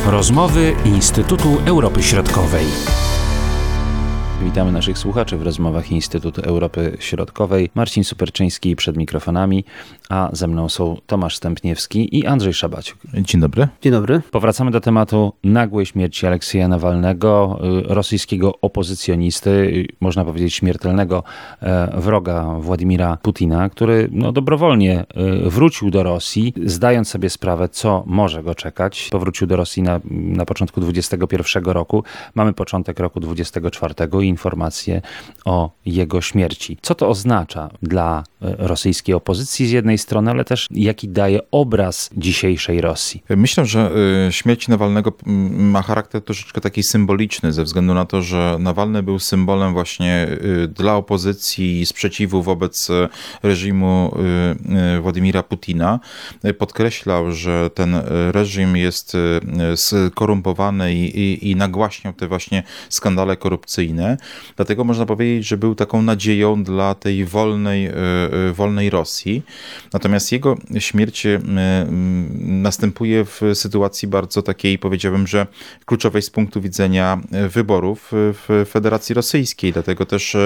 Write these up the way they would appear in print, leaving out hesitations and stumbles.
Rozmowy Instytutu Europy Środkowej. Witamy naszych słuchaczy w rozmowach Instytutu Europy Środkowej. Marcin Superczyński przed mikrofonami, a ze mną są Tomasz Stępniewski i Andrzej Szabaciuk. Dzień dobry. Dzień dobry. Powracamy do tematu nagłej śmierci Aleksieja Nawalnego, rosyjskiego opozycjonisty, można powiedzieć śmiertelnego wroga Władimira Putina, który dobrowolnie wrócił do Rosji, zdając sobie sprawę, co może go czekać. Powrócił do Rosji na początku 2021 roku. Mamy początek roku 2024 i informacje o jego śmierci. Co to oznacza dla rosyjskiej opozycji z jednej strony, ale też jaki daje obraz dzisiejszej Rosji? Myślę, że śmierć Nawalnego ma charakter troszeczkę taki symboliczny, ze względu na to, że Nawalny był symbolem właśnie dla opozycji i sprzeciwu wobec reżimu Władimira Putina. Podkreślał, że ten reżim jest skorumpowany i nagłaśniał te właśnie skandale korupcyjne. Dlatego można powiedzieć, że był taką nadzieją dla tej wolnej Rosji. Natomiast jego śmierć następuje w sytuacji bardzo takiej, powiedziałbym, że kluczowej z punktu widzenia wyborów w Federacji Rosyjskiej. Dlatego też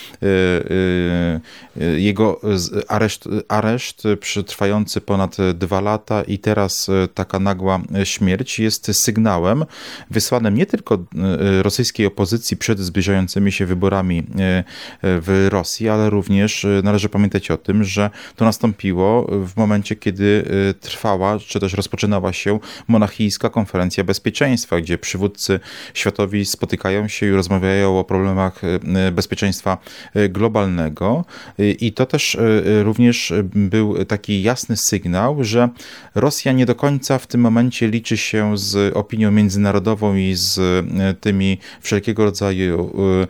jego areszt trwający ponad 2 lata i teraz taka nagła śmierć jest sygnałem wysłanym nie tylko rosyjskiej opozycji przed zbliżającymi się wyborami w Rosji, ale również należy pamiętać o tym, że to nastąpiło w momencie, kiedy trwała, czy też rozpoczynała się monachijska konferencja bezpieczeństwa, gdzie przywódcy światowi spotykają się i rozmawiają o problemach bezpieczeństwa globalnego. I to też również był taki jasny sygnał, że Rosja nie do końca w tym momencie liczy się z opinią międzynarodową i z tymi wszelkiego rodzaju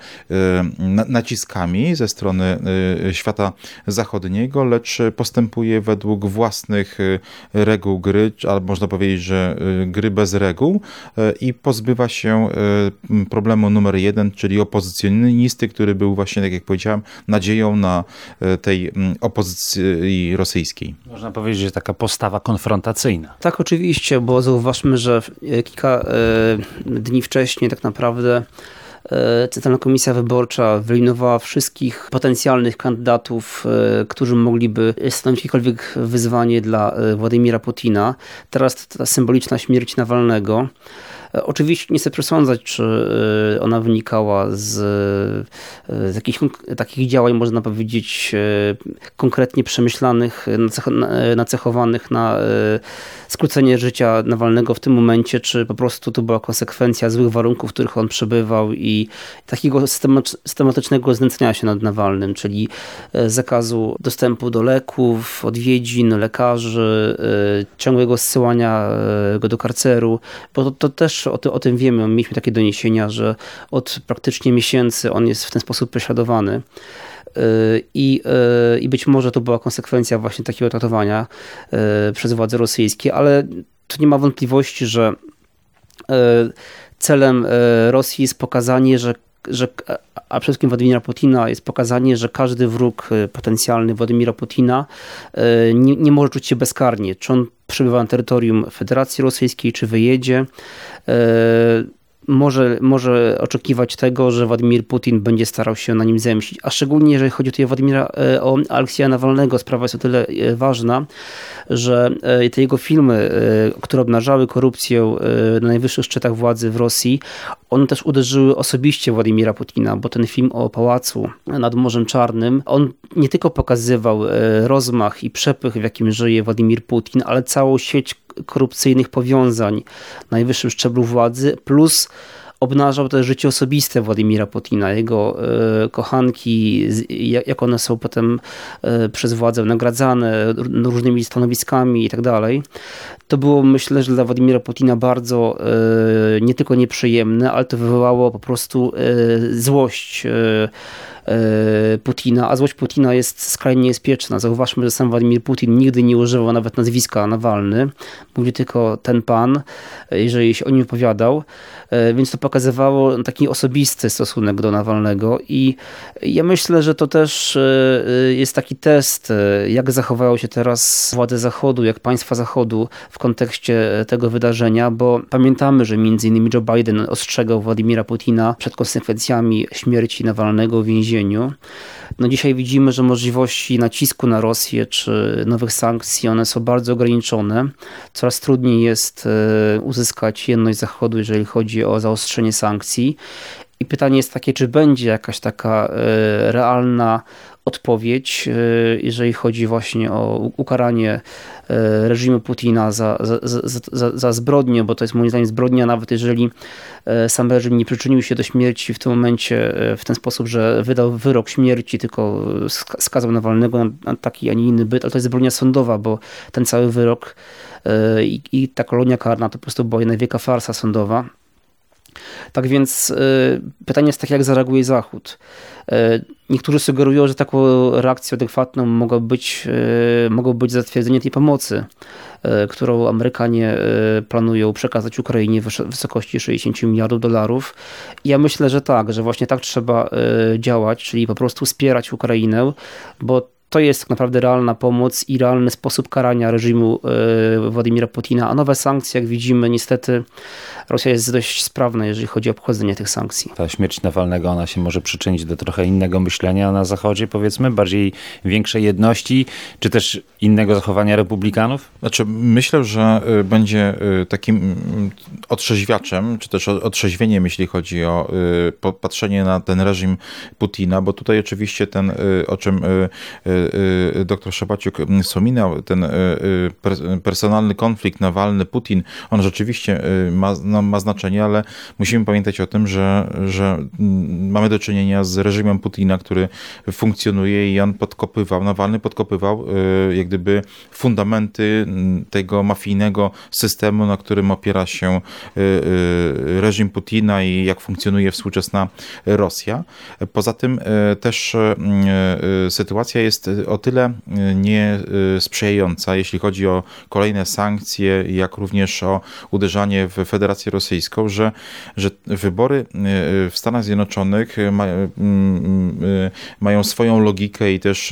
naciskami ze strony świata zachodniego, lecz postępuje według własnych reguł gry, albo można powiedzieć, że gry bez reguł, i pozbywa się problemu numer 1, czyli opozycjonisty, który był właśnie, tak jak powiedziałem, nadzieją na tej opozycji rosyjskiej. Można powiedzieć, że taka postawa konfrontacyjna. Tak, oczywiście, bo zauważmy, że kilka dni wcześniej tak naprawdę Centralna Komisja Wyborcza wyeliminowała wszystkich potencjalnych kandydatów, którzy mogliby stanowić jakiekolwiek wyzwanie dla Władimira Putina. Teraz ta symboliczna śmierć Nawalnego. Oczywiście nie chcę przesądzać, czy ona wynikała z jakichś takich działań, można powiedzieć, konkretnie przemyślanych, nacechowanych na skrócenie życia Nawalnego w tym momencie, czy po prostu to była konsekwencja złych warunków, w których on przebywał i takiego systematycznego znęcania się nad Nawalnym, czyli zakazu dostępu do leków, odwiedzin, lekarzy, ciągłego zsyłania go do karceru, bo to też o tym wiemy. Mieliśmy takie doniesienia, że od praktycznie miesięcy on jest w ten sposób prześladowany. I być może to była konsekwencja właśnie takiego traktowania przez władze rosyjskie, ale tu nie ma wątpliwości, że celem Rosji jest pokazanie, a przede wszystkim Władimira Putina, jest pokazanie, że każdy wróg potencjalny Władimira Putina nie może czuć się bezkarnie. Czy on przebywa na terytorium Federacji Rosyjskiej, czy wyjedzie, może oczekiwać tego, że Władimir Putin będzie starał się na nim zemścić. A szczególnie jeżeli chodzi o Aleksieja Nawalnego, sprawa jest o tyle ważna, że te jego filmy, które obnażały korupcję na najwyższych szczytach władzy w Rosji, one też uderzyły osobiście Władimira Putina, bo ten film o pałacu nad Morzem Czarnym, on nie tylko pokazywał rozmach i przepych, w jakim żyje Władimir Putin, ale całą sieć korupcyjnych powiązań na najwyższym szczeblu władzy, plus obnażał też życie osobiste Władimira Putina, jego kochanki, jak one są potem przez władzę nagradzane różnymi stanowiskami i tak dalej. To było, myślę, że dla Władimira Putina bardzo nie tylko nieprzyjemne, ale to wywołało po prostu złość Putina, a złość Putina jest skrajnie niebezpieczna. Zauważmy, że sam Władimir Putin nigdy nie używał nawet nazwiska Nawalny. Mówi tylko ten pan, jeżeli się o nim wypowiadał, więc to pokazywało taki osobisty stosunek do Nawalnego i ja myślę, że to też jest taki test, jak zachowają się teraz władze Zachodu, jak państwa Zachodu w kontekście tego wydarzenia, bo pamiętamy, że między innymi Joe Biden ostrzegał Władimira Putina przed konsekwencjami śmierci Nawalnego w więzieniu. No dzisiaj widzimy, że możliwości nacisku na Rosję czy nowych sankcji, one są bardzo ograniczone. Coraz trudniej jest uzyskać jedność Zachodu, jeżeli chodzi o zaostrzenie sankcji. I pytanie jest takie, czy będzie jakaś taka realna odpowiedź, jeżeli chodzi właśnie o ukaranie reżimu Putina za zbrodnię, bo to jest moim zdaniem zbrodnia, nawet jeżeli sam reżim nie przyczynił się do śmierci w tym momencie w ten sposób, że wydał wyrok śmierci, tylko skazał Nawalnego na taki, a nie inny byt, ale to jest zbrodnia sądowa, bo ten cały wyrok i ta kolonia karna to po prostu była jedna wielka farsa sądowa. Tak więc pytanie jest takie, jak zareaguje Zachód. Niektórzy sugerują, że taką reakcją adekwatną mogło być zatwierdzenie tej pomocy, którą Amerykanie planują przekazać Ukrainie w wysokości $60 miliardów. I ja myślę, że tak, że właśnie tak trzeba działać, czyli po prostu wspierać Ukrainę, bo to jest tak naprawdę realna pomoc i realny sposób karania reżimu Władimira Putina, a nowe sankcje, jak widzimy, niestety Rosja jest dość sprawna, jeżeli chodzi o obchodzenie tych sankcji. Ta śmierć Nawalnego, ona się może przyczynić do trochę innego myślenia na Zachodzie, powiedzmy, bardziej większej jedności, czy też innego zachowania republikanów? Znaczy, myślę, że będzie takim otrzeźwiaczem, czy też otrzeźwieniem, jeśli chodzi o patrzenie na ten reżim Putina, bo tutaj oczywiście ten, o czym dr Szabaciuk wspominał, ten personalny konflikt Nawalny-Putin, on rzeczywiście ma znaczenie, ale musimy pamiętać o tym, że mamy do czynienia z reżimem Putina, który funkcjonuje i on Nawalny podkopywał jak gdyby fundamenty tego mafijnego systemu, na którym opiera się reżim Putina i jak funkcjonuje współczesna Rosja. Poza tym też sytuacja jest o tyle niesprzyjająca, jeśli chodzi o kolejne sankcje, jak również o uderzanie w Federację Rosyjską, że wybory w Stanach Zjednoczonych mają swoją logikę i też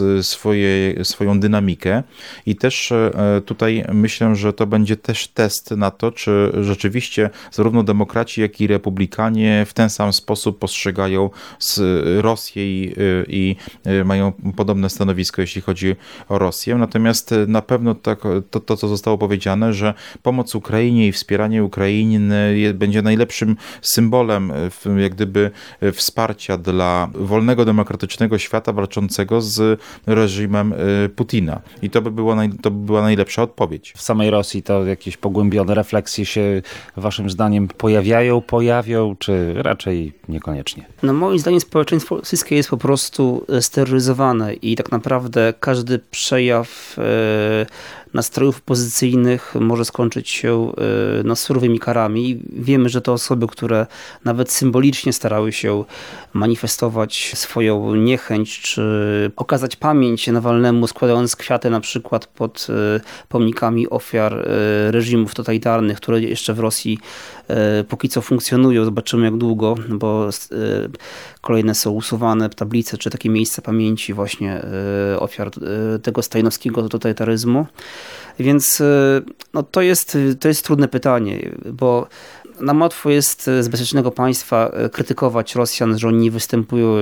swoją dynamikę i też tutaj myślę, że to będzie też test na to, czy rzeczywiście zarówno demokraci, jak i republikanie w ten sam sposób postrzegają Rosję i mają podobne stanowisko, jeśli chodzi o Rosję. Natomiast na pewno to, co zostało powiedziane, że pomoc Ukrainie i wspieranie Ukrainy będzie najlepszym symbolem jak gdyby wsparcia dla wolnego, demokratycznego świata walczącego z reżimem Putina. I to by była najlepsza odpowiedź. W samej Rosji to jakieś pogłębione refleksje się waszym zdaniem pojawią, czy raczej niekoniecznie? No moim zdaniem społeczeństwo rosyjskie jest po prostu sterylizowane i tak naprawdę każdy przejaw nastrojów opozycyjnych może skończyć się surowymi karami. Wiemy, że to osoby, które nawet symbolicznie starały się manifestować swoją niechęć, czy okazać pamięć Nawalnemu, składając kwiaty na przykład pod pomnikami ofiar reżimów totalitarnych, które jeszcze w Rosji póki co funkcjonują. Zobaczymy jak długo, bo kolejne są usuwane tablice, czy takie miejsca pamięci właśnie ofiar tego stalinowskiego totalitaryzmu. Więc to jest trudne pytanie, bo nam łatwo jest z bezpiecznego państwa krytykować Rosjan, że oni nie występują,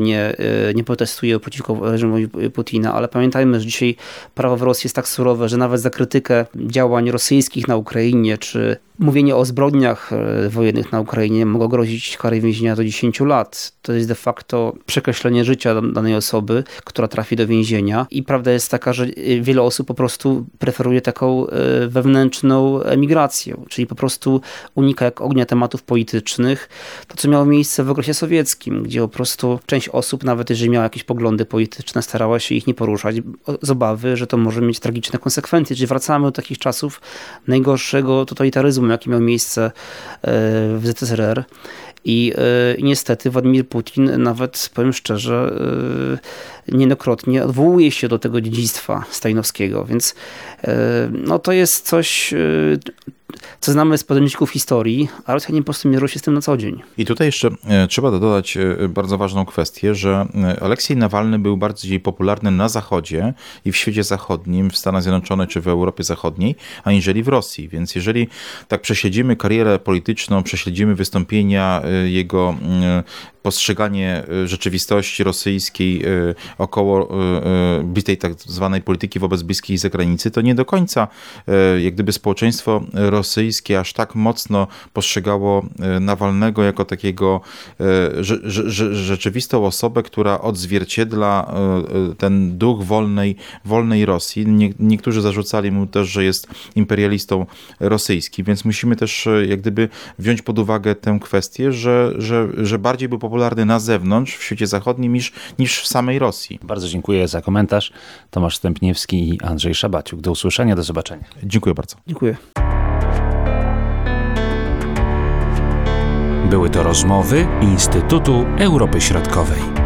nie protestują przeciwko reżimowi Putina, ale pamiętajmy, że dzisiaj prawo w Rosji jest tak surowe, że nawet za krytykę działań rosyjskich na Ukrainie, czy mówienie o zbrodniach wojennych na Ukrainie mogło grozić kary więzienia do 10 lat. To jest de facto przekreślenie życia danej osoby, która trafi do więzienia. I prawda jest taka, że wiele osób po prostu preferuje taką wewnętrzną emigrację, czyli po prostu unika jak ognia tematów politycznych. To, co miało miejsce w okresie sowieckim, gdzie po prostu część osób, nawet jeżeli miała jakieś poglądy polityczne, starała się ich nie poruszać z obawy, że to może mieć tragiczne konsekwencje. Czyli wracamy do takich czasów najgorszego totalitaryzmu, jaki miał miejsce w ZSRR. I niestety Władimir Putin nawet, powiem szczerze, niejednokrotnie odwołuje się do tego dziedzictwa stalinowskiego, więc no to jest coś, co znamy z podręczników historii, a Rosjanie po prostu mierzą się z tym na co dzień. I tutaj jeszcze trzeba dodać bardzo ważną kwestię, że Aleksiej Nawalny był bardziej popularny na Zachodzie i w świecie zachodnim, w Stanach Zjednoczonych czy w Europie Zachodniej, aniżeli w Rosji. Więc jeżeli tak prześledzimy karierę polityczną, prześledzimy wystąpienia, jego postrzeganie rzeczywistości rosyjskiej około tej tak zwanej polityki wobec bliskiej zagranicy, to nie do końca jak gdyby społeczeństwo rosyjskie aż tak mocno postrzegało Nawalnego jako takiego rzeczywistą osobę, która odzwierciedla ten duch wolnej Rosji. Niektórzy zarzucali mu też, że jest imperialistą rosyjskim, więc musimy też jak gdyby wziąć pod uwagę tę kwestię, że bardziej był popularny na zewnątrz, w świecie zachodnim, niż w samej Rosji. Bardzo dziękuję za komentarz. Tomasz Stępniewski i Andrzej Szabaciuk. Do usłyszenia, do zobaczenia. Dziękuję bardzo. Dziękuję. Były to rozmowy Instytutu Europy Środkowej.